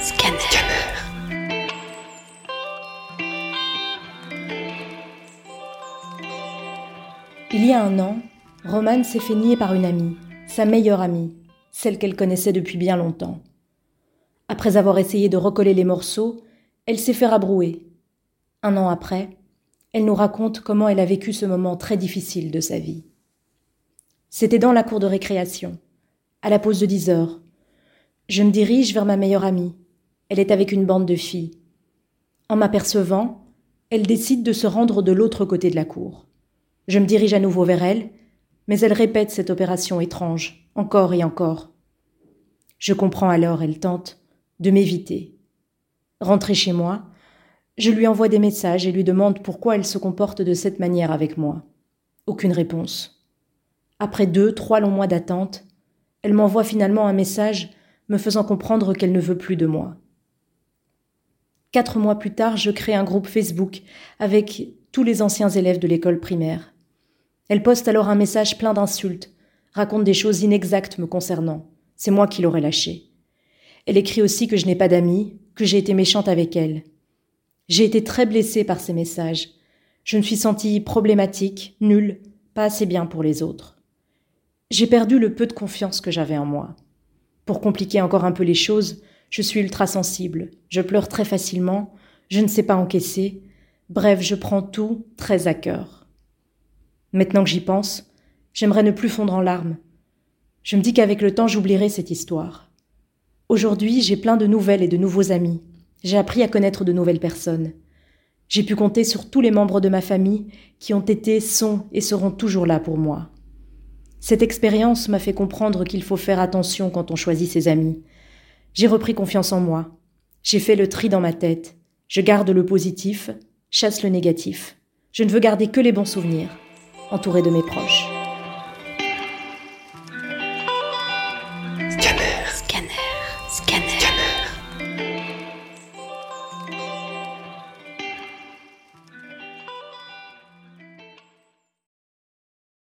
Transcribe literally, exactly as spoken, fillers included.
Scanner. Il y a un an, Romane s'est fait nier par une amie, sa meilleure amie, celle qu'elle connaissait depuis bien longtemps. Après avoir essayé de recoller les morceaux, elle s'est fait rabrouer. Un an après, elle nous raconte comment elle a vécu ce moment très difficile de sa vie. C'était dans la cour de récréation, à la pause de dix heures. Je me dirige vers ma meilleure amie. Elle est avec une bande de filles. En m'apercevant, elle décide de se rendre de l'autre côté de la cour. Je me dirige à nouveau vers elle, mais elle répète cette opération étrange, encore et encore. Je comprends alors, elle tente de m'éviter. Rentrée chez moi, je lui envoie des messages et lui demande pourquoi elle se comporte de cette manière avec moi. Aucune réponse. Après deux, trois longs mois d'attente, elle m'envoie finalement un message me faisant comprendre qu'elle ne veut plus de moi. Quatre mois plus tard, je crée un groupe Facebook avec tous les anciens élèves de l'école primaire. Elle poste alors un message plein d'insultes, raconte des choses inexactes me concernant. C'est moi qui l'aurais lâchée. Elle écrit aussi que je n'ai pas d'amis, que j'ai été méchante avec elle. J'ai été très blessée par ces messages. Je me suis sentie problématique, nulle, pas assez bien pour les autres. J'ai perdu le peu de confiance que j'avais en moi. Pour compliquer encore un peu les choses, je suis ultra sensible, je pleure très facilement, je ne sais pas encaisser. Bref, je prends tout très à cœur. Maintenant que j'y pense, j'aimerais ne plus fondre en larmes. Je me dis qu'avec le temps, j'oublierai cette histoire. Aujourd'hui, j'ai plein de nouvelles et de nouveaux amis. J'ai appris à connaître de nouvelles personnes. J'ai pu compter sur tous les membres de ma famille qui ont été, sont et seront toujours là pour moi. Cette expérience m'a fait comprendre qu'il faut faire attention quand on choisit ses amis. J'ai repris confiance en moi. J'ai fait le tri dans ma tête. Je garde le positif, chasse le négatif. Je ne veux garder que les bons souvenirs, entourée de mes proches.